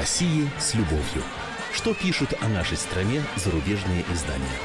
России с любовью. Что пишут о нашей стране зарубежные издания?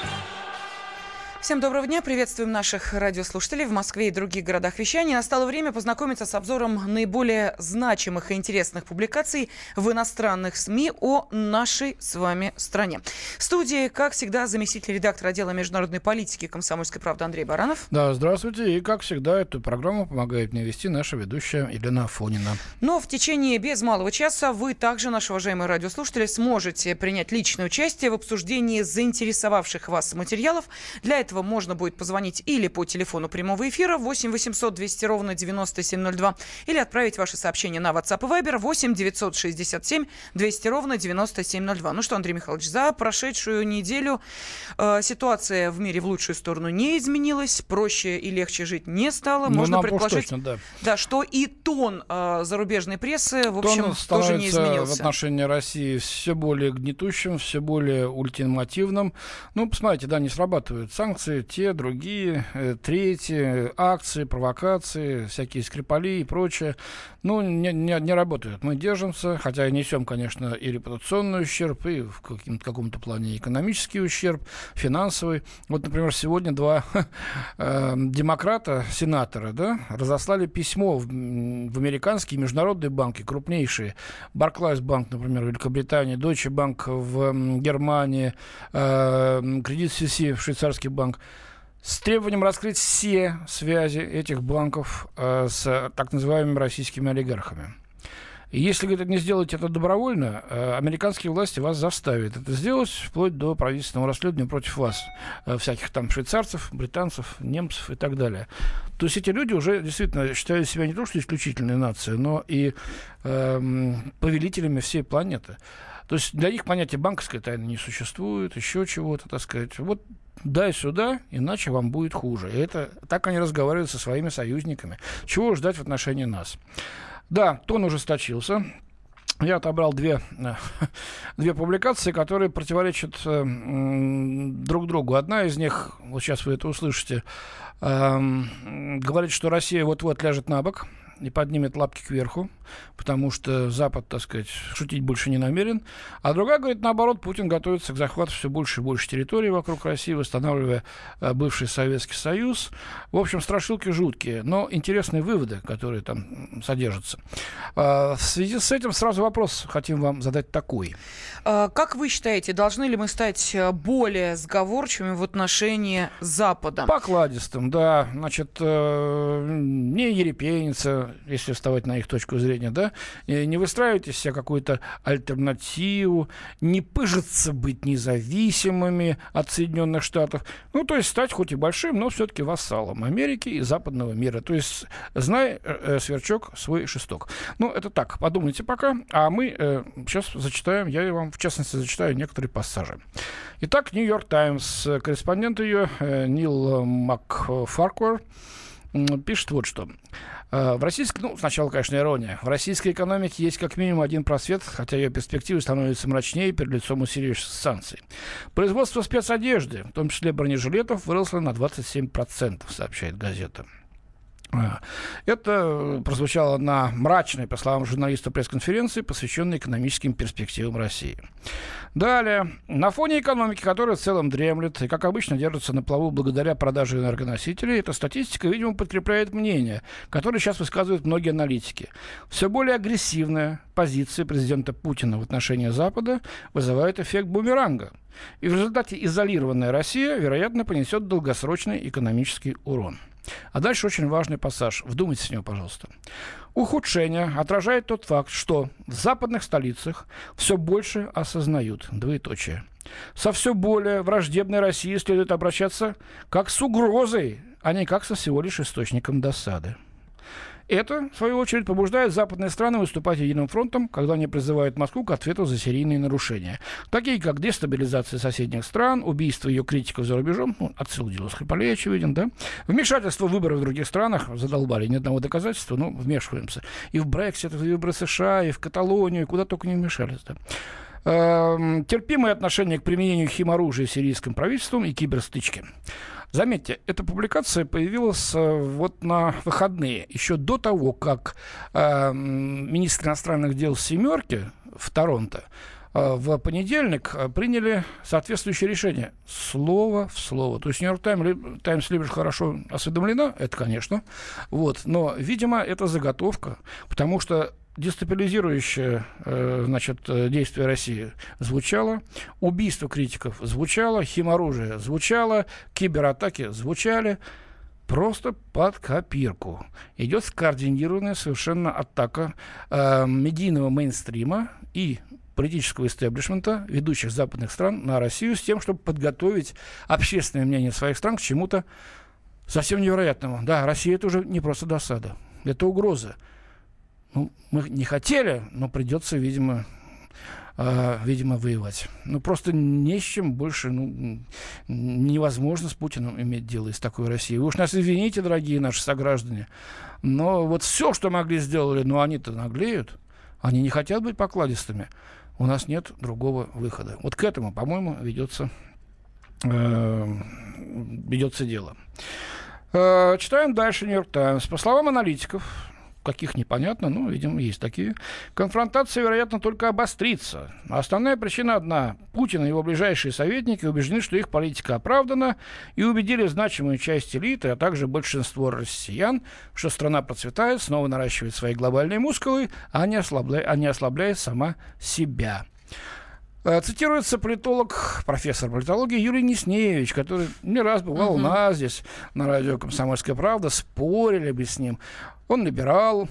Всем доброго дня. Приветствуем наших радиослушателей в Москве и других городах вещания. Настало время познакомиться с обзором наиболее значимых и интересных публикаций в иностранных СМИ о нашей с вами стране. В студии, как всегда, заместитель редактора отдела международной политики «Комсомольской правды» Андрей Баранов. Да, здравствуйте. И, как всегда, эту программу помогает мне вести наша ведущая Елена Афонина. Но в течение без малого часа вы также, наши уважаемые радиослушатели, сможете принять личное участие в обсуждении заинтересовавших вас материалов. Для этого можно будет позвонить или по телефону прямого эфира 8 800 200 ровно 9702 или отправить ваши сообщения на WhatsApp и Viber 8 967 200 ровно 9702. Ну что, Андрей Михайлович, за прошедшую неделю ситуация в мире в лучшую сторону не изменилась, проще и легче жить не стало. Можно предположить, точно, да, что и тон зарубежной прессы, в общем, тоже не изменился. В отношении России все более гнетущим, все более ультимативным. Ну, посмотрите, да, не срабатывают санкции, те, другие, третьи, акции, провокации, всякие Скрипали и прочее, ну, не работают. Мы держимся, хотя и несем, конечно, и репутационный ущерб, и в каком-то плане экономический ущерб, финансовый. Вот, например, сегодня два демократа, сенатора, да, разослали письмо в американские международные банки, крупнейшие. Barclays банк, например, в Великобритании, Deutsche Bank в Германии, Credit Suisse, швейцарский банк, с требованием раскрыть все связи этих банков с так называемыми российскими олигархами. И если вы не сделаете это добровольно, американские власти вас заставят это сделать, вплоть до правительственного расследования против вас, всяких там швейцарцев, британцев, немцев и так далее. То есть эти люди уже действительно считают себя не то что исключительной нацией, но и повелителями всей планеты. То есть для них понятие банковской тайны не существует, еще чего-то, так сказать. Вот дай сюда, иначе вам будет хуже. И это так они разговаривают со своими союзниками. Чего ждать в отношении нас? Да, тон ужесточился. Я отобрал две публикации, которые противоречат друг другу. Одна из них, вот сейчас вы это услышите, говорит, что Россия вот-вот ляжет на бок и поднимет лапки кверху, потому что Запад, так сказать, шутить больше не намерен. А другая говорит, наоборот, Путин готовится к захвату все больше и больше территорий вокруг России, восстанавливая бывший Советский Союз. В общем, страшилки жуткие, но интересные выводы, которые там содержатся. В связи с этим сразу вопрос хотим вам задать такой. Как вы считаете, должны ли мы стать более сговорчивыми в отношении Запада? Покладистым, да. Значит, не ерепениться, если вставать на их точку зрения, да, не выстраивать из себя какую-то альтернативу, не пыжиться быть независимыми от Соединенных Штатов, ну, то есть стать хоть и большим, но все-таки вассалом Америки и западного мира, то есть знай, сверчок, свой шесток. Ну, это так, подумайте пока, а мы сейчас зачитаем, я вам, в частности, зачитаю некоторые пассажи. Итак, Нью-Йорк Таймс, корреспондент ее Нил Макфаркуэр пишет вот что. В российской, сначала, конечно, ирония. В российской экономике есть как минимум один просвет, хотя ее перспективы становятся мрачнее перед лицом усилившихся санкций. Производство спецодежды, в том числе бронежилетов, выросло на 27%, сообщает газета. Это прозвучало на мрачной, по словам журналиста, пресс-конференции, посвященной экономическим перспективам России. Далее. На фоне экономики, которая в целом дремлет и, как обычно, держится на плаву благодаря продаже энергоносителей, эта статистика, видимо, подкрепляет мнение, которое сейчас высказывают многие аналитики. Все более агрессивная позиция президента Путина в отношении Запада вызывает эффект бумеранга. И в результате изолированная Россия, вероятно, понесет долгосрочный экономический урон. А дальше очень важный пассаж. Вдумайтесь в него, пожалуйста. Ухудшение отражает тот факт, что в западных столицах все больше осознают, двоеточие. Со все более враждебной России следует обращаться как с угрозой, а не как со всего лишь источником досады. Это, в свою очередь, побуждает западные страны выступать единым фронтом, когда они призывают Москву к ответу за серийные нарушения, такие как дестабилизация соседних стран, убийство ее критиков за рубежом, отсыл делу Скрипалей очевиден, да, вмешательство в выборы в других странах, задолбали, ни одного доказательства, но вмешиваемся. И в Брексит, и в выборы США, и в Каталонию, и куда только не вмешались, да. Терпимое отношение к применению химоружия сирийским правительством и киберстычки. Заметьте, эта публикация появилась вот на выходные, еще до того, как министр иностранных дел «семерки» в Торонто, в понедельник приняли соответствующее решение. Слово в слово. То есть Нью-Йорк Таймс либо хорошо осведомлена, это, конечно, вот, но, видимо, это заготовка, потому что дестабилизирующее, действие России звучало, убийство критиков звучало, химоружие звучало, кибератаки звучали. Просто под копирку. Идет скоординированная совершенно атака медийного мейнстрима и политического истеблишмента ведущих западных стран на Россию с тем, чтобы подготовить общественное мнение своих стран к чему-то совсем невероятному. Да, Россия — это уже не просто досада, это угроза. Ну, мы не хотели, но придется, видимо, воевать. Ну, просто не с чем больше, невозможно с Путиным иметь дело из такой России. Вы уж нас извините, дорогие наши сограждане, но вот все, что могли, сделали, но они-то наглеют, они не хотят быть покладистыми. У нас нет другого выхода. Вот к этому, по-моему, ведется дело. Читаем дальше Нью-Йорк Таймс. По словам аналитиков, каких непонятно, но, видимо, есть такие, конфронтация, вероятно, только обострится. Основная причина одна. Путин и его ближайшие советники убеждены, что их политика оправдана, и убедили значимую часть элиты, а также большинство россиян, что страна процветает, снова наращивает свои глобальные мускулы, а не ослабляет сама себя. Цитируется политолог, профессор политологии Юрий Несневич, который не раз бывал у нас здесь на радио «Комсомольская правда», спорили бы с ним. Он либерал,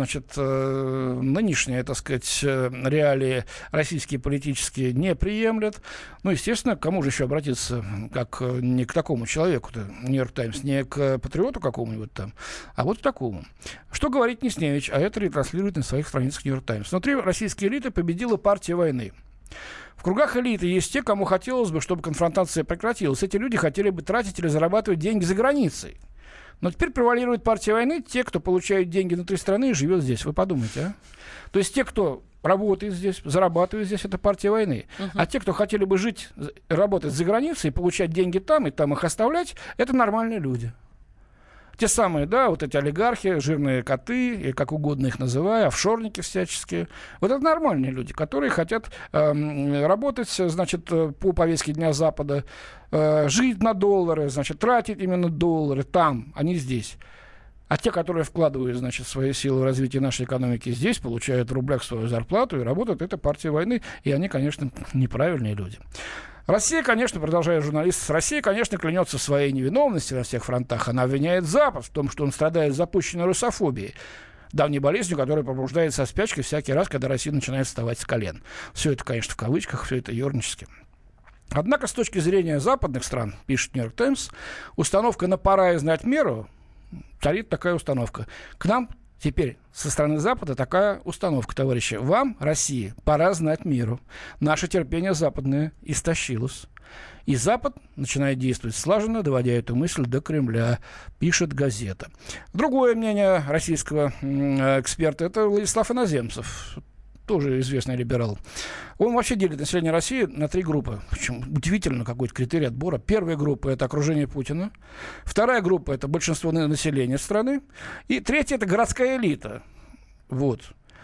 нынешние, так сказать, реалии российские политические не приемлят. Ну, естественно, к кому же еще обратиться, как не к такому человеку-то, Нью-Йорк Таймс, не к патриоту какому-нибудь там, а вот к такому. Что говорит Несневич, а это ретранслирует на своих страницах Нью-Йорк Таймс. Внутри российской элиты победила партия войны. В кругах элиты есть те, кому хотелось бы, чтобы конфронтация прекратилась. Эти люди хотели бы тратить или зарабатывать деньги за границей. Но теперь превалирует партия войны, те, кто получают деньги внутри страны и живет здесь. Вы подумайте, а? То есть те, кто работает здесь, зарабатывает здесь, это партия войны. А те, кто хотели бы жить, работать за границей, получать деньги там и там их оставлять, это нормальные люди. Те самые, да, вот эти олигархи, жирные коты, и как угодно их называю, офшорники всяческие. Вот это нормальные люди, которые хотят работать, значит, по повестке Дня Запада, жить на доллары, значит, тратить именно доллары там, а не здесь. А те, которые вкладывают, значит, свои силы в развитие нашей экономики здесь, получают в рублях свою зарплату и работают, это партия войны, и они, конечно, неправильные люди. Россия, конечно, продолжает журналист, Россия, конечно, клянется в своей невиновности на всех фронтах. Она обвиняет Запад в том, что он страдает запущенной русофобией, давней болезнью, которая пробуждает со спячки всякий раз, когда Россия начинает вставать с колен. Все это, конечно, в кавычках, все это ернически. Однако, с точки зрения западных стран, пишет Нью-Йорк Таймс, установка на «пора и знать меру», царит такая установка. К нам теперь со стороны Запада такая установка, товарищи. Вам, России, пора знать меру. Наше терпение западное истощилось. И Запад начинает действовать слаженно, доводя эту мысль до Кремля, пишет газета. Другое мнение российского эксперта – это Владислав Иноземцев, тоже известный либерал. Он вообще делит население России на 3 группы. Причем удивительно какой-то критерий отбора. Первая группа – это окружение Путина. Вторая группа – это большинство населения страны. И третья – это городская элита. Вот.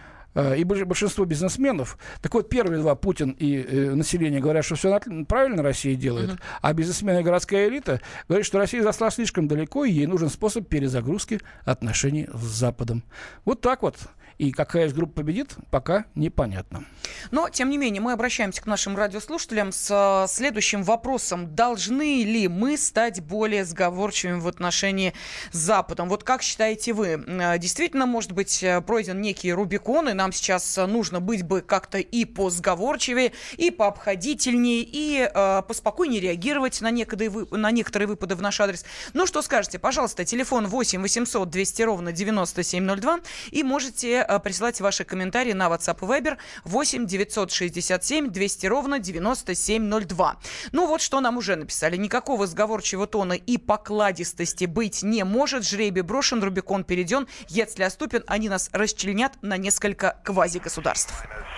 И большинство бизнесменов. Так вот, первые 2, Путин и население, говорят, что все правильно Россия делает, а бизнесмены и городская элита говорят, что Россия зашла слишком далеко, и ей нужен способ перезагрузки отношений с Западом. Вот так вот. И какая из групп победит, пока непонятно. Но, тем не менее, мы обращаемся к нашим радиослушателям с следующим вопросом. Должны ли мы стать более сговорчивыми в отношении с Западом? Вот как считаете вы? Действительно, может быть, пройден некий Рубикон, и нам сейчас нужно быть бы как-то и посговорчивее, и пообходительнее, и поспокойнее реагировать на некоторые выпады в наш адрес. Ну, что скажете? Пожалуйста, телефон 8 800 200 ровно 9702, и можете присылать ваши комментарии на WhatsApp и Viber 8 967 200 ровно 9702. Ну вот что нам уже написали. Никакого сговорчивого тона и покладистости быть не может. Жребий брошен, Рубикон перейден. Если оступен, они нас расчленят на несколько квазигосударств.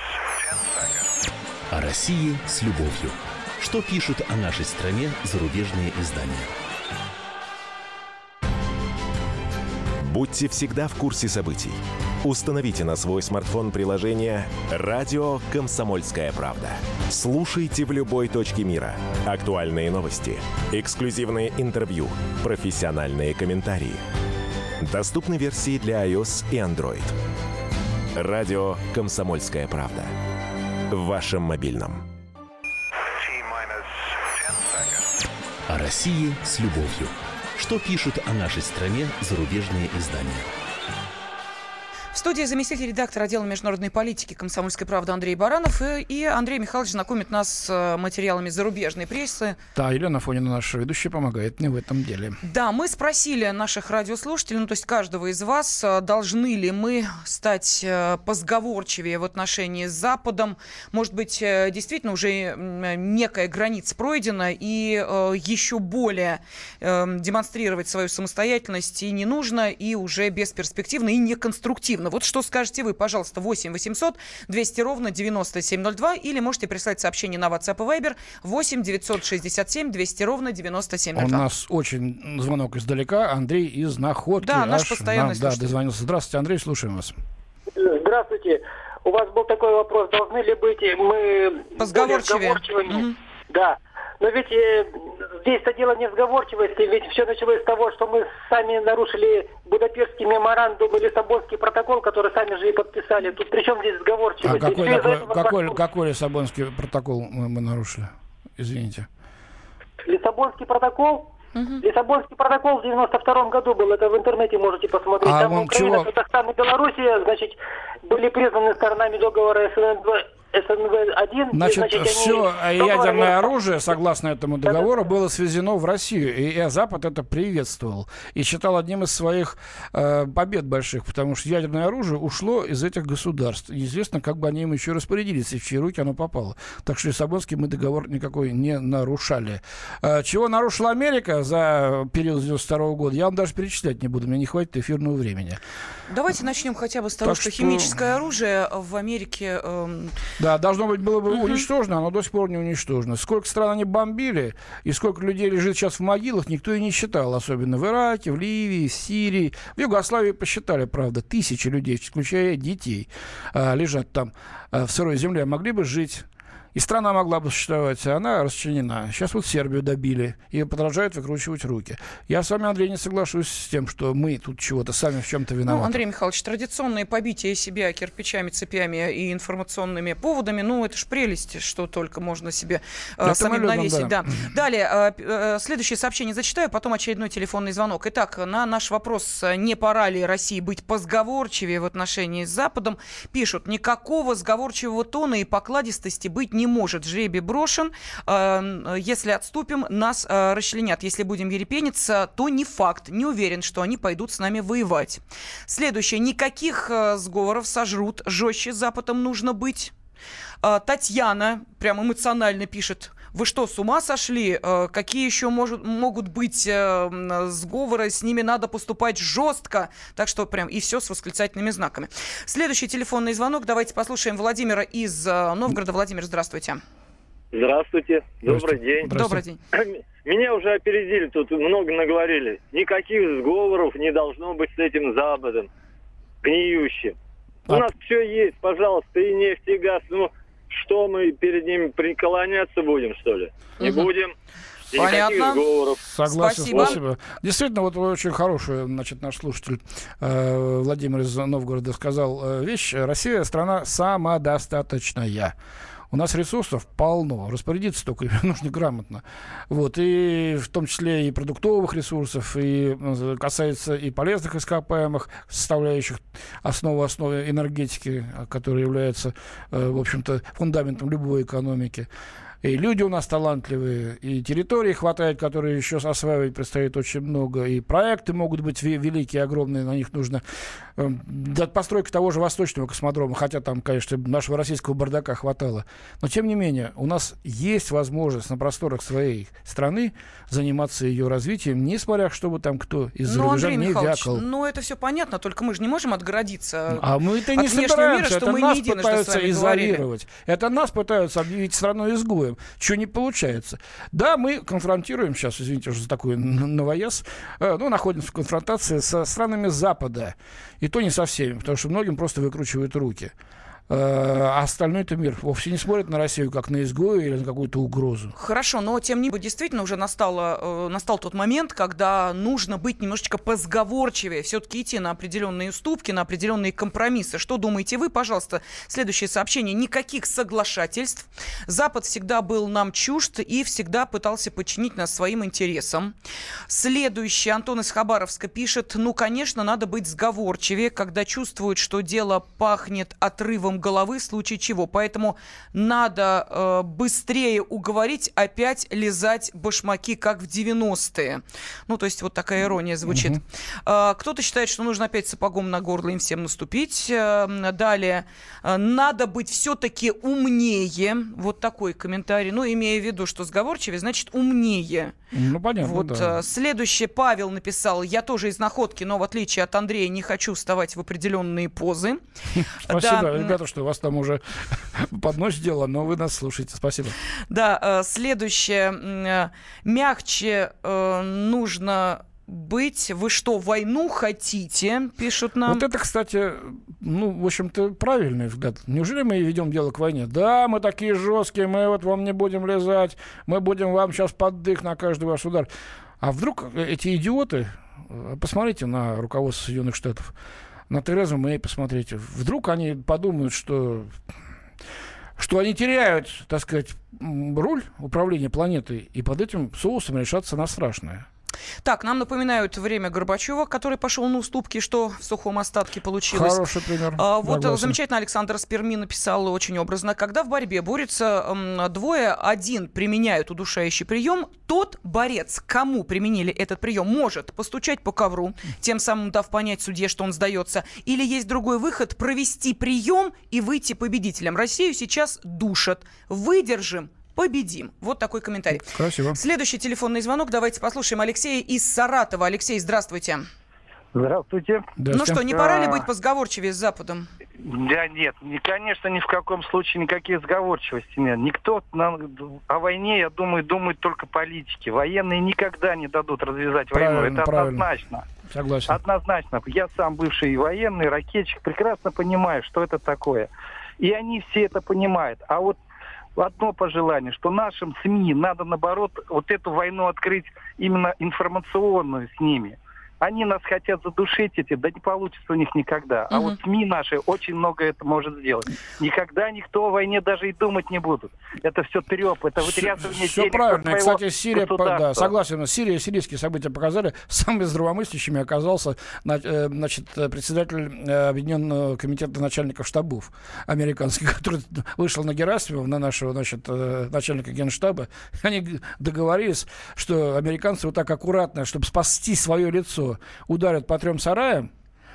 О России с любовью. Что пишут о нашей стране зарубежные издания? Будьте всегда в курсе событий. Установите на свой смартфон приложение «Радио Комсомольская правда». Слушайте в любой точке мира. Актуальные новости, эксклюзивные интервью, профессиональные комментарии. Доступны версии для iOS и Android. «Радио Комсомольская правда». В вашем мобильном. О России с любовью. Что пишут о нашей стране зарубежные издания? В студии заместитель редактора отдела международной политики «Комсомольской правды» Андрей Баранов. И Андрей Михайлович знакомит нас с материалами зарубежной прессы. Да, Елена Афонина, наша ведущая, помогает мне в этом деле. Да, мы спросили наших радиослушателей, то есть каждого из вас, должны ли мы стать позговорчивее в отношении с Западом. Может быть, действительно уже некая граница пройдена, и еще более демонстрировать свою самостоятельность и не нужно, и уже бесперспективно, и неконструктивно. Вот что скажете вы, пожалуйста, 8 800 200 ровно 9702, или можете прислать сообщение на WhatsApp и Viber 8 967 200 ровно 9702. У нас очень звонок издалека. Андрей из Находки. Да, наш постоянный слушатель. Да, дозвонился. Здравствуйте, Андрей, слушаем вас. Здравствуйте. У вас был такой вопрос, должны ли быть мы позговорчивыми? Угу. Да. Но ведь здесь-то дело не в сговорчивости, ведь все началось с того, что мы сами нарушили Будапештский меморандум и Лиссабонский протокол, который сами же и подписали. Тут при чем здесь сговорчивость? А какой Лиссабонский протокол мы нарушили? Извините. Лиссабонский протокол? Лиссабонский протокол в 92-м году был, это в интернете можете посмотреть. Там Украина, Казахстан и Белоруссия, значит, были признаны сторонами договора СНВ-1. Значит, все ядерное оружие, согласно этому договору, было свезено в Россию. И Запад это приветствовал. И считал одним из своих побед больших, потому что ядерное оружие ушло из этих государств. Неизвестно, как бы они им еще распорядились, и в чьи руки оно попало. Так что Лиссабонский мы договор никакой не нарушали. Чего нарушила Америка за период 92 года, я вам даже перечислять не буду. Мне не хватит эфирного времени. Давайте начнем хотя бы с того, что химическое оружие в Америке... Да, должно быть, было бы уничтожено, оно до сих пор не уничтожено. Сколько стран они бомбили, и сколько людей лежит сейчас в могилах, никто и не считал. Особенно в Ираке, в Ливии, в Сирии. В Югославии посчитали, правда, тысячи людей, включая детей, лежат там в сырой земле. Могли бы жить. И страна могла бы существовать, а она расчленена. Сейчас вот Сербию добили и продолжают выкручивать руки. Я с вами, Андрей, не соглашусь с тем, что мы тут чего-то сами в чем-то виноваты. Ну, Андрей Михайлович, традиционные побития себя кирпичами, цепями и информационными поводами, ну, это ж прелесть, что только можно себе самим навесить. Да. Далее, следующее сообщение зачитаю, потом очередной телефонный звонок. Итак, на наш вопрос, не пора ли России быть позговорчивее в отношении с Западом, пишут, никакого сговорчивого тона и покладистости быть не может. Жребий брошен. Если отступим, нас расчленят. Если будем ерепениться, то не факт. Не уверен, что они пойдут с нами воевать. Следующее. Никаких сговоров, сожрут. Жестче с Западом нужно быть. Татьяна прям эмоционально пишет. Вы что, с ума сошли? Какие еще могут быть сговоры? С ними надо поступать жестко. Так что прям и все с восклицательными знаками. Следующий телефонный звонок. Давайте послушаем Владимира из Новгорода. Владимир, здравствуйте. Здравствуйте. Добрый день. Добрый день. Меня уже опередили, тут много наговорили. Никаких сговоров не должно быть с этим Западом гниющим. У нас все есть, пожалуйста, и нефть, и газ. Ну, что мы перед ними преклоняться будем, что ли? Не будем. И понятно. Сговоров. Согласен, спасибо. Действительно, вот очень хороший, значит, наш слушатель Владимир из Новгорода сказал вещь. Россия страна самодостаточная. У нас ресурсов полно. Распорядиться только нужно грамотно. Вот. И в том числе и продуктовых ресурсов, и касается и полезных ископаемых, составляющих основы энергетики, которые являются, в общем-то, фундаментом любой экономики. И люди у нас талантливые, и территории хватает, которые еще осваивать предстоит очень много, и проекты могут быть великие, огромные, на них нужно постройка того же Восточного космодрома, хотя там, конечно, нашего российского бардака хватало. Но, тем не менее, у нас есть возможность на просторах своей страны заниматься ее развитием, несмотря, чтобы там кто из-за рубежа не вякал. Ну, это все понятно, только мы же не можем отгородиться от внешнего мира, что мы не едины, что с вами говорили. Это нас пытаются объявить страной-изгоем. делаем, что не получается. Да, мы конфронтируем сейчас, извините уже за такой новояз, находимся в конфронтации со странами Запада. И то не со всеми, потому что многим просто выкручивают руки. А остальной-то мир вовсе не смотрит на Россию как на изгоя или на какую-то угрозу. Хорошо, но тем не менее действительно уже настал тот момент, когда нужно быть немножечко позговорчивее, все-таки идти на определенные уступки, на определенные компромиссы. Что думаете вы? Пожалуйста, следующее сообщение. Никаких соглашательств. Запад всегда был нам чужд и всегда пытался подчинить нас своим интересам. Следующее. Антон из Хабаровска пишет: конечно, надо быть сговорчивее, когда чувствуют, что дело пахнет отрывом головы, в случае чего. Поэтому надо быстрее уговорить опять лизать башмаки, как в 90-е. То есть вот такая ирония звучит. Кто-то считает, что нужно опять сапогом на горло им всем наступить. Далее. Надо быть все-таки умнее. Вот такой комментарий. Имея в виду, что сговорчивее, значит умнее. Понятно, да. Следующее. Павел написал: я тоже из Находки, но в отличие от Андрея не хочу вставать в определенные позы. Спасибо, ребята, что у вас там уже под ночь дело, но вы нас слушаете. Спасибо. Да, следующее. Мягче нужно быть. Вы что, войну хотите? Пишут нам. Вот это, кстати, в общем-то, правильный взгляд. Неужели мы ведем дело к войне? Да, мы такие жесткие, мы вот вам не будем лизать, мы будем вам сейчас под дых на каждый ваш удар. А вдруг эти идиоты, посмотрите на руководство Соединенных Штатов, на Терезу Мэй посмотрите. Вдруг они подумают, что они теряют, так сказать, руль управления планетой, и под этим соусом решатся на страшное. Так, нам напоминают время Горбачева, который пошел на уступки, что в сухом остатке получилось. Хороший пример. Вот замечательно Александр из Перми написал очень образно. Когда в борьбе борются двое, один применяет удушающий прием, тот борец, кому применили этот прием, может постучать по ковру, тем самым дав понять судье, что он сдается. Или есть другой выход — провести прием и выйти победителем. Россию сейчас душат. Выдержим, победим. Вот такой комментарий. Красиво. Следующий телефонный звонок. Давайте послушаем Алексея из Саратова. Алексей, здравствуйте. Здравствуйте. Не пора ли быть позговорчивее с Западом? Да нет, конечно, ни в каком случае никаких сговорчивостей нет. Никто о войне, я думаю, думают только политики. Военные никогда не дадут развязать войну. Это однозначно. Согласен. Однозначно. Я сам бывший военный, ракетчик, прекрасно понимаю, что это такое. И они все это понимают. А вот одно пожелание, что нашим СМИ надо, наоборот, вот эту войну открыть именно информационную с ними. Они нас хотят задушить да не получится у них никогда. А вот СМИ наши очень много это может сделать. Никогда никто о войне даже и думать не будут. Это все треп, это вытрясывание все денег. Все правильно. И, кстати, Сирия, согласен, сирийские события показали. Самыми здравомыслящими оказался председатель Объединенного комитета начальников штабов американских, который вышел на Герасимова, на нашего начальника генштаба. Они договорились, что американцы вот так аккуратно, чтобы спасти свое лицо, ударят по 3 сараям,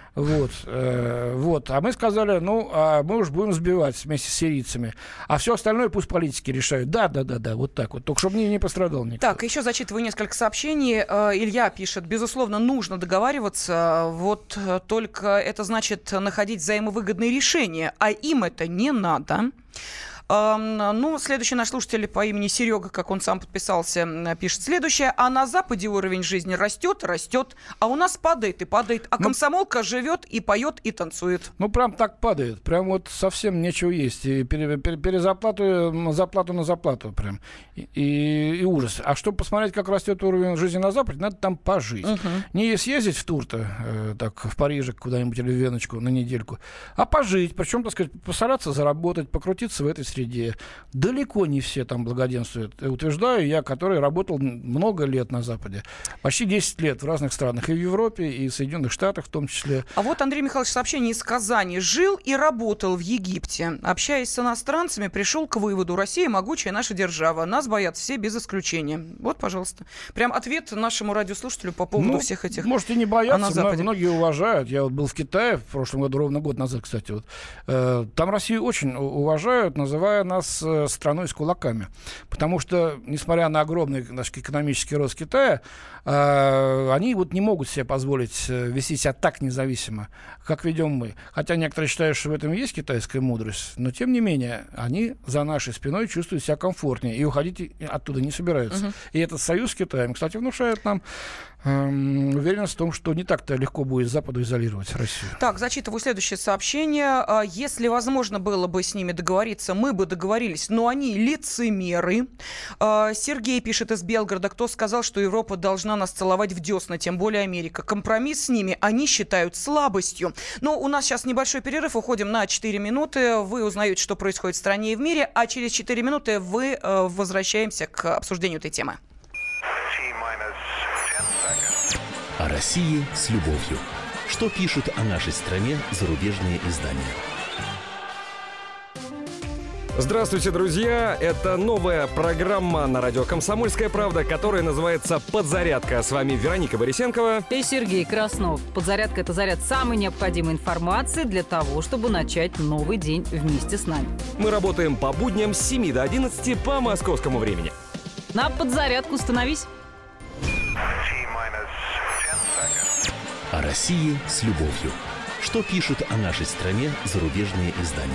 а мы сказали, мы уж будем сбивать вместе с сирийцами, а все остальное пусть политики решают. Да, вот так вот, только чтобы не пострадал никто. Так, еще зачитываю несколько сообщений. Илья пишет: безусловно, нужно договариваться, только это значит находить взаимовыгодные решения, а им это не надо. Следующий наш слушатель по имени Серега, как он сам подписался, пишет следующее. А на Западе уровень жизни растет, а у нас падает и падает. А комсомолка живет и поет, и танцует. Прям так падает. Прям вот совсем нечего есть. И перезаплату, заплату на заплату прям. И ужас. А чтобы посмотреть, как растет уровень жизни на Западе, надо там пожить. Не съездить в тур-то, так, в Париже куда-нибудь или в Веночку на недельку, а пожить. Причем, так сказать, постараться заработать, покрутиться в этой среде. Далеко не все там благоденствуют. Утверждаю я, который работал много лет на Западе. Почти 10 лет в разных странах. И в Европе, и в Соединенных Штатах в том числе. А вот Андрей Михайлович сообщение из Казани. Жил и работал в Египте. Общаясь с иностранцами, пришел к выводу: Россия могучая наша держава. Нас боятся все без исключения. Вот, пожалуйста. Прям ответ нашему радиослушателю по поводу всех этих. Может, и не боятся, но многие уважают. Я был в Китае в прошлом году, ровно год назад, кстати. Там Россию очень уважают, называют называя нас страной с кулаками. Потому что, несмотря на огромный наш экономический рост Китая, они вот не могут себе позволить вести себя так независимо, как ведем мы. Хотя некоторые считают, что в этом и есть китайская мудрость, но тем не менее они за нашей спиной чувствуют себя комфортнее и уходить оттуда не собираются. И этот союз с Китаем, кстати, внушает нам уверенность в том, что не так-то легко будет Западу изолировать Россию. Так, зачитываю следующее сообщение. Если возможно было бы с ними договориться, мы бы договорились, но они лицемеры. Сергей пишет из Белгорода. Кто сказал, что Европа должна нас целовать в десна, тем более Америка? Компромисс с ними они считают слабостью. Но у нас сейчас небольшой перерыв, уходим на 4 минуты. Вы узнаете, что происходит в стране и в мире, а через 4 минуты мы возвращаемся к обсуждению этой темы. О России с любовью. Что пишут о нашей стране зарубежные издания? Здравствуйте, друзья! Это новая программа на радио «Комсомольская правда», которая называется «Подзарядка». С вами Вероника Борисенкова и Сергей Краснов. «Подзарядка» — это заряд самой необходимой информации для того, чтобы начать новый день вместе с нами. Мы работаем по будням с 7 до 11 по московскому времени. На подзарядку становись! О России с любовью. Что пишут о нашей стране зарубежные издания?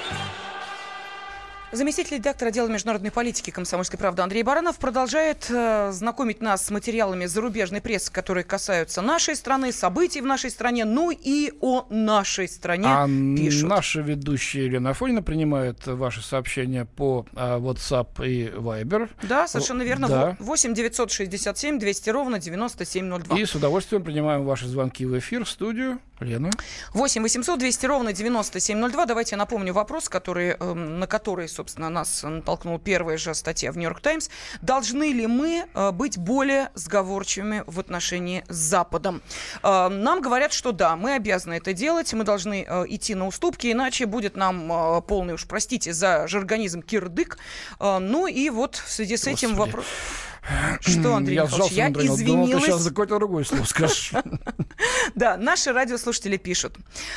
Заместитель редактора отдела международной политики «Комсомольской правды» Андрей Баранов продолжает знакомить нас с материалами зарубежной прессы, которые касаются нашей страны, событий в нашей стране, ну и о нашей стране пишут. Наша ведущая Елена Афонина принимает ваши сообщения по WhatsApp и Viber. Да, совершенно верно. Да. 8 967 200 ровно 9702. И с удовольствием принимаем ваши звонки в эфир, в студию. Лена. 8 800 200 ровно 9702. Давайте я напомню вопрос, на который, собственно, нас натолкнула первая же статья в «Нью-Йорк Таймс». Должны ли мы быть более сговорчивыми в отношении с Западом? Нам говорят, что да, мы обязаны это делать, мы должны идти на уступки, иначе будет нам полный, уж простите за жаргонизм, кирдык. Ну и вот в связи с этим вопрос... Что, Андрей Михайлович, я извинилась. Думал, ты сейчас за какое-то другое слово скажешь. Да, наши радиослушатели пишут.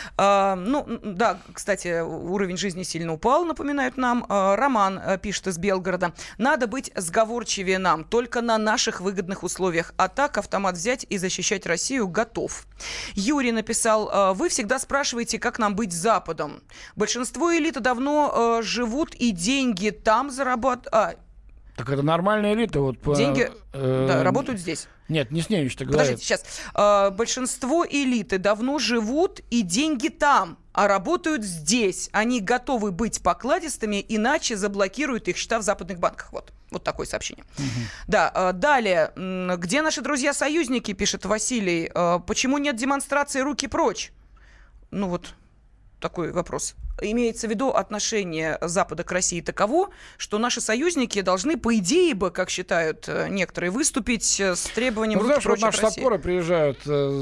Ну, да, кстати, уровень жизни сильно упал, напоминают нам. Роман пишет из Белгорода. Надо быть сговорчивее нам, только на наших выгодных условиях. А так автомат взять и защищать Россию готов. Юрий написал. Вы всегда спрашиваете, как нам быть с Западом. Большинство элиты давно живут и деньги там зарабатывают. Так это нормальная элита. Вот деньги работают здесь. Нет, не с ней что говорят. Подождите, сейчас. Большинство элиты давно живут и деньги там, а работают здесь. Они готовы быть покладистыми, иначе заблокируют их счета в западных банках. Вот такое сообщение. Да, далее. Где наши друзья-союзники, пишет Василий. Почему нет демонстрации «руки прочь»? Ну вот такой вопрос. Имеется в виду отношение Запада к России таково, что наши союзники должны, по идее бы, как считают некоторые, выступить с требованием руки прочь от России. Наши саппоры приезжают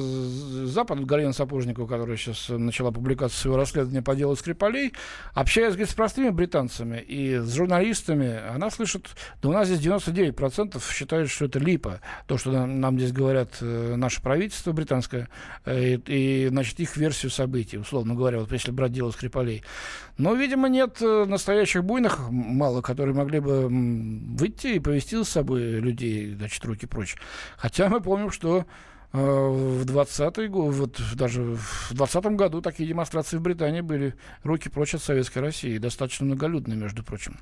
с Запада, Галина Сапожникова, которая сейчас начала публикацию своего расследования по делу Скрипалей, общаясь, говорит, с простыми британцами и с журналистами, она слышит, да у нас здесь 99% считают, что это липа, то, что нам здесь говорят наше правительство британское, и значит, их версию событий, условно говоря, вот если брать дело Скрипалей. Но, видимо, нет настоящих буйных, мало, которые могли бы выйти и повести за собой людей, значит, руки прочь. Хотя мы помним, что в 20-й год, вот даже в 20-м году такие демонстрации в Британии были, руки прочь от Советской России, достаточно многолюдные, между прочим.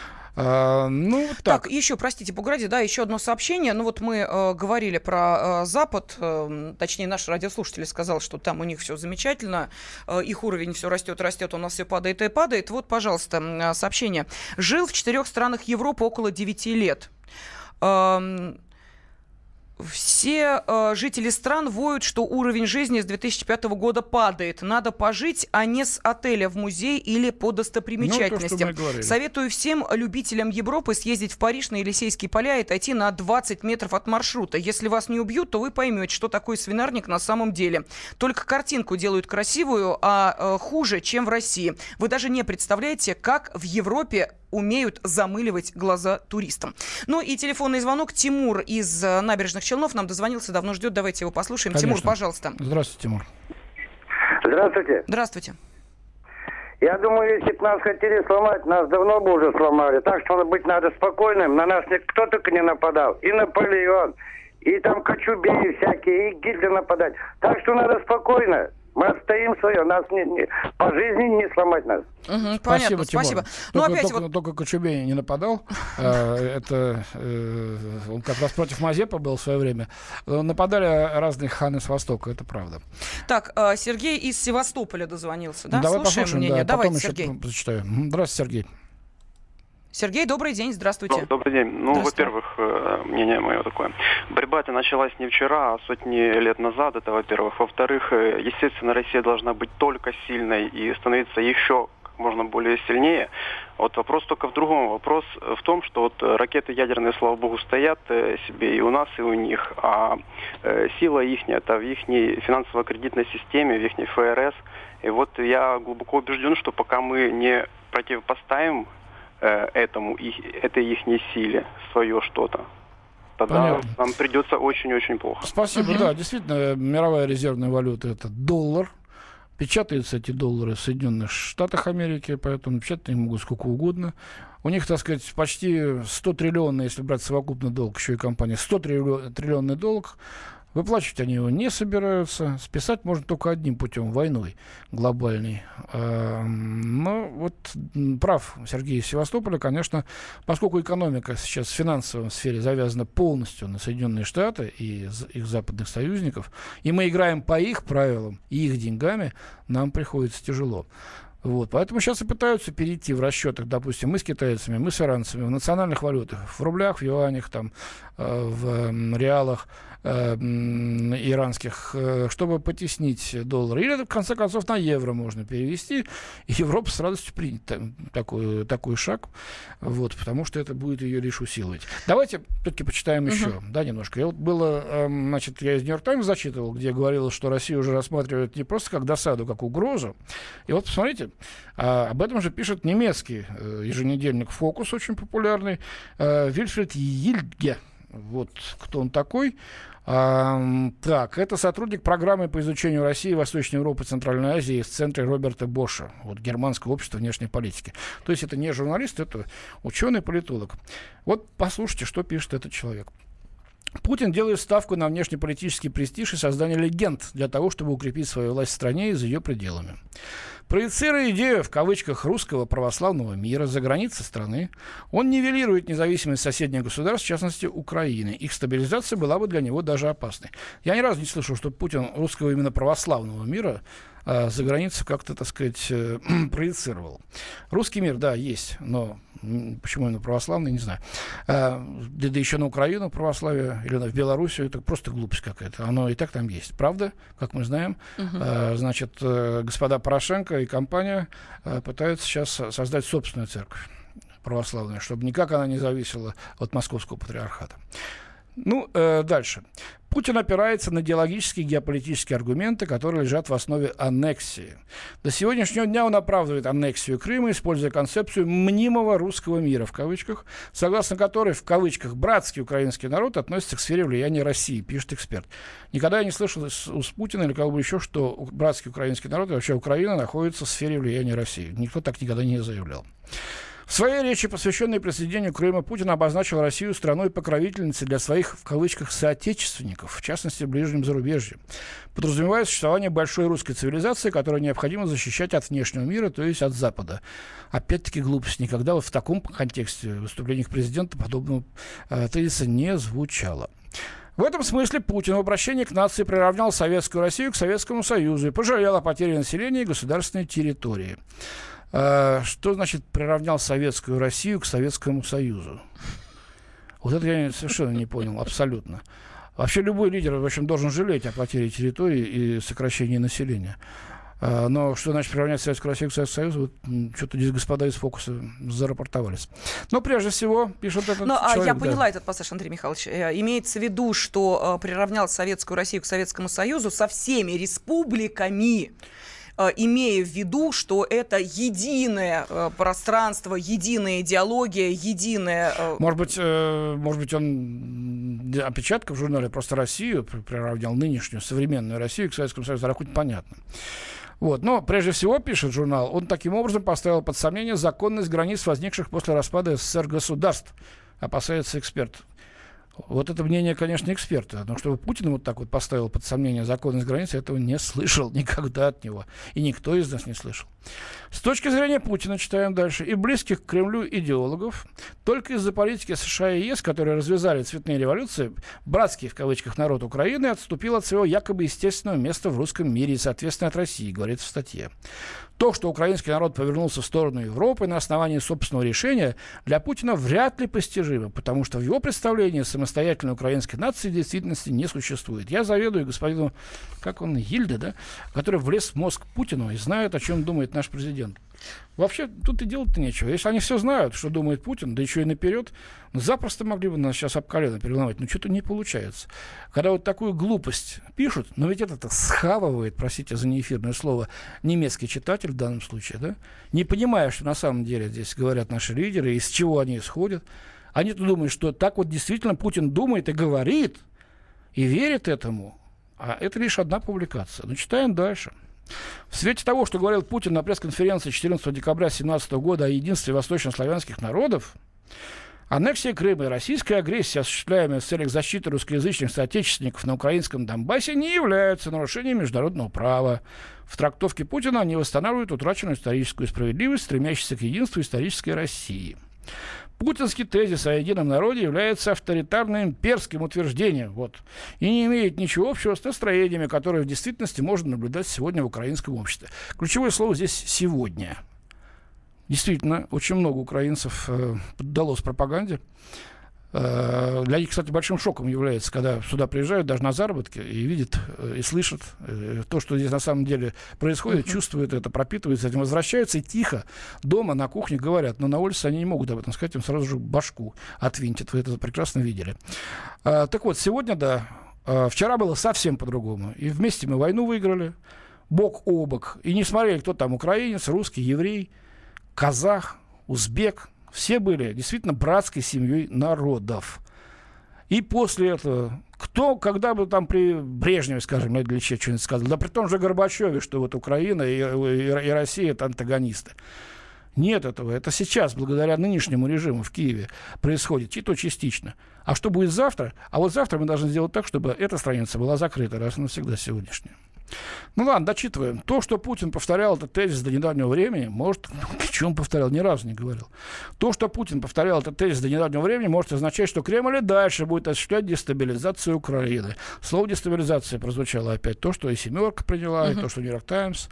Так, еще, простите, Бугради, да, еще одно сообщение. Ну вот мы говорили про Запад, точнее, наш радиослушатель сказал, что там у них все замечательно, их уровень все растет, у нас все падает и падает. Вот, пожалуйста, сообщение. Жил в 4 странах Европы около 9 лет. Все жители стран воют, что уровень жизни с 2005 года падает. Надо пожить, а не с отеля в музей или по достопримечательностям. Советую всем любителям Европы съездить в Париж на Елисейские поля и отойти на 20 метров от маршрута. Если вас не убьют, то вы поймете, что такое свинарник на самом деле. Только картинку делают красивую, а хуже, чем в России. Вы даже не представляете, как в Европе умеют замыливать глаза туристам. Ну и телефонный звонок. Тимур из Набережных Челнов нам дозвонился, давно ждет. Давайте его послушаем. Конечно. Тимур, пожалуйста. Здравствуйте, Тимур. Здравствуйте. Здравствуйте. Я думаю, если бы нас хотели сломать, нас давно бы уже сломали. Так что быть надо спокойным. На нас никто только не нападал. И Наполеон, и там Кочубеи всякие, и Гитлер нападать. Так что надо спокойно. Мы отстоим свое, нас по жизни не сломать нас. Понятно, спасибо. Только Кочубей не нападал. Это он как раз против Мазепы был в свое время. Нападали разные ханы с Востока, это правда. Так, Сергей из Севастополя дозвонился, да? Давай Слушаем послушаем, мнение. да, Давайте, Сергей. Прочитаю. Здравствуйте, Сергей. Сергей, добрый день, здравствуйте. Добрый день. Во-первых, мнение мое такое. Борьба-то началась не вчера, а сотни лет назад, это во-первых. Во-вторых, естественно, Россия должна быть только сильной и становиться еще как можно более сильнее. Вот вопрос только в другом. Вопрос в том, что вот ракеты ядерные, слава богу, стоят себе и у нас, и у них. А сила ихняя, это в их финансово-кредитной системе, в их ФРС. И вот я глубоко убежден, что пока мы не противопоставим этой ихней силе свое что-то, тогда нам придется очень-очень плохо. Спасибо, да, действительно, мировая резервная валюта — это доллар. Печатаются эти доллары в Соединенных Штатах Америки, поэтому печатать они могут сколько угодно. У них, так сказать, почти 100 триллионный, если брать совокупный долг, еще и компания, 100 триллионный долг. Выплачивать они его не собираются. Списать можно только одним путем — войной глобальной. Но вот прав Сергей из Севастополя, конечно, поскольку экономика сейчас в финансовой сфере завязана полностью на Соединенные Штаты и их западных союзников, и мы играем по их правилам и их деньгами, нам приходится тяжело. Вот, поэтому сейчас и пытаются перейти в расчетах, допустим, мы с китайцами, мы с иранцами, в национальных валютах, в рублях, в юанях, там, в реалах иранских, чтобы потеснить доллар. Или, в конце концов, на евро можно перевести. И Европа с радостью принят такой шаг, вот, потому что это будет ее лишь усиливать. Давайте все-таки почитаем еще, да, немножко. Я из «Нью-Йорк Таймс» зачитывал, где говорилось, что Россия уже рассматривает не просто как досаду, как угрозу. И вот посмотрите, об этом же пишет немецкий еженедельник «Фокус», очень популярный, Вильфред Йильге. Вот кто он такой. Так, это сотрудник программы по изучению России, Восточной Европы, Центральной Азии из центра Роберта Боша, вот, Германского общества внешней политики. То есть это не журналист, это ученый-политолог. Вот послушайте, что пишет этот человек. Путин делает ставку на внешнеполитический престиж и создание легенд для того, чтобы укрепить свою власть в стране и за ее пределами. Проецируя идею, в кавычках, русского православного мира за границей страны, он нивелирует независимость соседних государств, в частности Украины. Их стабилизация была бы для него даже опасной. Я ни разу не слышал, что Путин русского именно православного мира за границу как-то, так сказать, проецировал. Русский мир, да, есть, но почему именно православный, не знаю. Да еще на Украину православие или в Белоруссию, это просто глупость какая-то. Оно и так там есть. Правда, как мы знаем, значит, господа Порошенко и компания пытаются сейчас создать собственную церковь православную, чтобы никак она не зависела от московского патриархата. Дальше. Путин опирается на идеологические и геополитические аргументы, которые лежат в основе аннексии. До сегодняшнего дня он оправдывает аннексию Крыма, используя концепцию мнимого русского мира, в кавычках, согласно которой, в кавычках, братский украинский народ относится к сфере влияния России, пишет эксперт. Никогда я не слышал у Путина или кого-бы еще, что братский украинский народ и вообще Украина находится в сфере влияния России. Никто так никогда не заявлял. В своей речи, посвященной присоединению Крыма, Путин обозначил Россию страной-покровительницей для своих, в кавычках, соотечественников, в частности, в ближнем зарубежье, подразумевая существование большой русской цивилизации, которую необходимо защищать от внешнего мира, то есть от Запада. Опять-таки глупость. Никогда вот в таком контексте в выступлениях президента подобного тезиса не звучало. В этом смысле Путин в обращении к нации приравнял Советскую Россию к Советскому Союзу и пожалел о потере населения и государственной территории. Что значит приравнял Советскую Россию к Советскому Союзу? Вот это я совершенно не понял, абсолютно. Вообще любой лидер, в общем, должен жалеть о потере территории и сокращении населения. Но что значит приравнять Советскую Россию к Советскому Союзу? Вот, что-то здесь господа из «Фокуса» зарапортовались. Но прежде всего, пишет этот человек... Я поняла этот пассаж, Андрей Михайлович. Имеется в виду, что приравнял Советскую Россию к Советскому Союзу со всеми республиками, имея в виду, что это единое пространство, единая идеология, единое... Может быть, он опечатка в журнале просто Россию приравнял, нынешнюю современную Россию к Советскому Союзу, хоть понятно. Вот. Но прежде всего, пишет журнал, он таким образом поставил под сомнение законность границ, возникших после распада СССР государств, опасается эксперт. Вот это мнение, конечно, эксперта. Но чтобы Путин вот так вот поставил под сомнение законность границ, я этого не слышал никогда от него. И никто из нас не слышал. С точки зрения Путина, читаем дальше, и близких к Кремлю идеологов, только из-за политики США и ЕС, которые развязали цветные революции, братский, в кавычках, народ Украины отступил от своего якобы естественного места в русском мире и, соответственно, от России, говорится в статье. То, что украинский народ повернулся в сторону Европы на основании собственного решения, для Путина вряд ли постижимо, потому что в его представлении самостоятельной украинской нации в действительности не существует. Я завидую господину, как он, Ильде, да, который влез в мозг Путину и знает, о чем думает наш президент. Вообще, тут и делать-то нечего. Если они все знают, что думает Путин, да еще и наперед, запросто могли бы нас сейчас об колено переломать. Но что-то не получается. Когда вот такую глупость пишут, но ведь это схавывает, простите за неэфирное слово, немецкий читатель в данном случае, да? Не понимая, что на самом деле здесь говорят наши лидеры, из чего они исходят. Они-то думают, что так вот действительно Путин думает и говорит, и верит этому. А это лишь одна публикация. Но читаем дальше. В свете того, что говорил Путин на пресс-конференции 14 декабря 2017 года о единстве восточнославянских народов, аннексия Крыма и российская агрессия, осуществляемая в целях защиты русскоязычных соотечественников на украинском Донбассе, не являются нарушением международного права. В трактовке Путина они восстанавливают утраченную историческую справедливость, стремящуюся к единству исторической России. Путинский тезис о едином народе является авторитарно-имперским утверждением, и не имеет ничего общего с настроениями, которые в действительности можно наблюдать сегодня в украинском обществе. Ключевое слово здесь «сегодня». Действительно, очень много украинцев поддалось пропаганде. Для них, кстати, большим шоком является, когда сюда приезжают, даже на заработки, и видят, и слышат то, что здесь на самом деле происходит, чувствуют это, пропитываются этим, возвращаются и тихо дома на кухне говорят, но на улице они не могут об этом сказать, им сразу же башку отвинтят, вы это прекрасно видели. Так вот, сегодня, да, вчера было совсем по-другому, и вместе мы войну выиграли, бок о бок, и не смотрели, кто там украинец, русский, еврей, казах, узбек. Все были действительно братской семьей народов. И после этого, когда бы там при Брежневе, скажем, или Ильиче что-нибудь сказал, да при том же Горбачеве, что вот Украина и Россия — это антагонисты. Нет этого. Это сейчас, благодаря нынешнему режиму в Киеве, происходит, и то частично. А что будет завтра? А вот завтра мы должны сделать так, чтобы эта страница была закрыта раз и навсегда сегодняшняя. Ну ладно, дочитываем. То, что Путин повторял этот тезис до недавнего времени, может... Что он повторял? Ни разу не говорил. То, что Путин повторял этот тезис до недавнего времени, может означать, что Кремль и дальше будет осуществлять дестабилизацию Украины. Слово «дестабилизация» прозвучало опять. То, что и «семерка» приняла, и то, что «Нью-Йорк Таймс».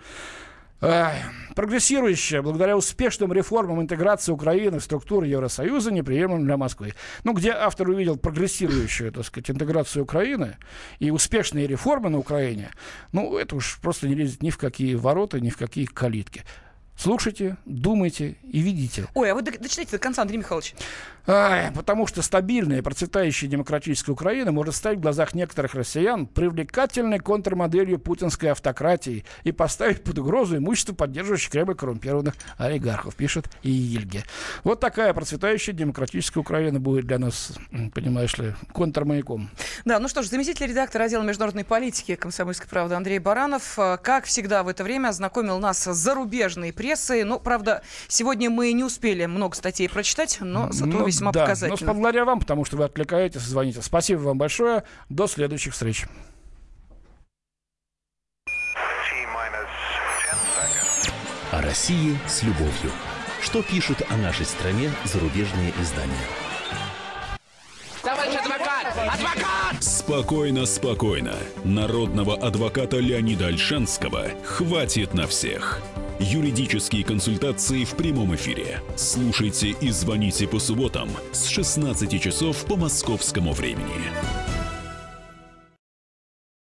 Прогрессирующая, благодаря успешным реформам интеграции Украины в структуры Евросоюза, неприемлема для Москвы. Ну, где автор увидел прогрессирующую, так сказать, интеграцию Украины и успешные реформы на Украине, ну, это уж просто не лезет ни в какие ворота, ни в какие калитки. Слушайте, думайте и видите. Ой, а вы дочитайте до конца, Андрей Михайлович. Потому что стабильная и процветающая демократическая Украина может стать в глазах некоторых россиян привлекательной контрмоделью путинской автократии и поставить под угрозу имущество поддерживающих Кремль коррумпированных олигархов, пишет Ильге. Вот такая процветающая демократическая Украина будет для нас, понимаешь ли, контрмаяком. Да, ну что ж, заместитель редактора отдела международной политики «Комсомольской правды» Андрей Баранов, как всегда в это время, ознакомил нас с зарубежной прессой. Ну, правда, сегодня мы не успели много статей прочитать, но зато весьма показательно. Но благодаря вам, потому что вы отвлекаетесь, звоните. Спасибо вам большое. До следующих встреч. О России с любовью. Что пишут о нашей стране зарубежные издания? Товарищ адвокат! Адвокат! Спокойно, спокойно. Народного адвоката Леонида Ольшанского хватит на всех. Юридические консультации в прямом эфире. Слушайте и звоните по субботам с 16 часов по московскому времени.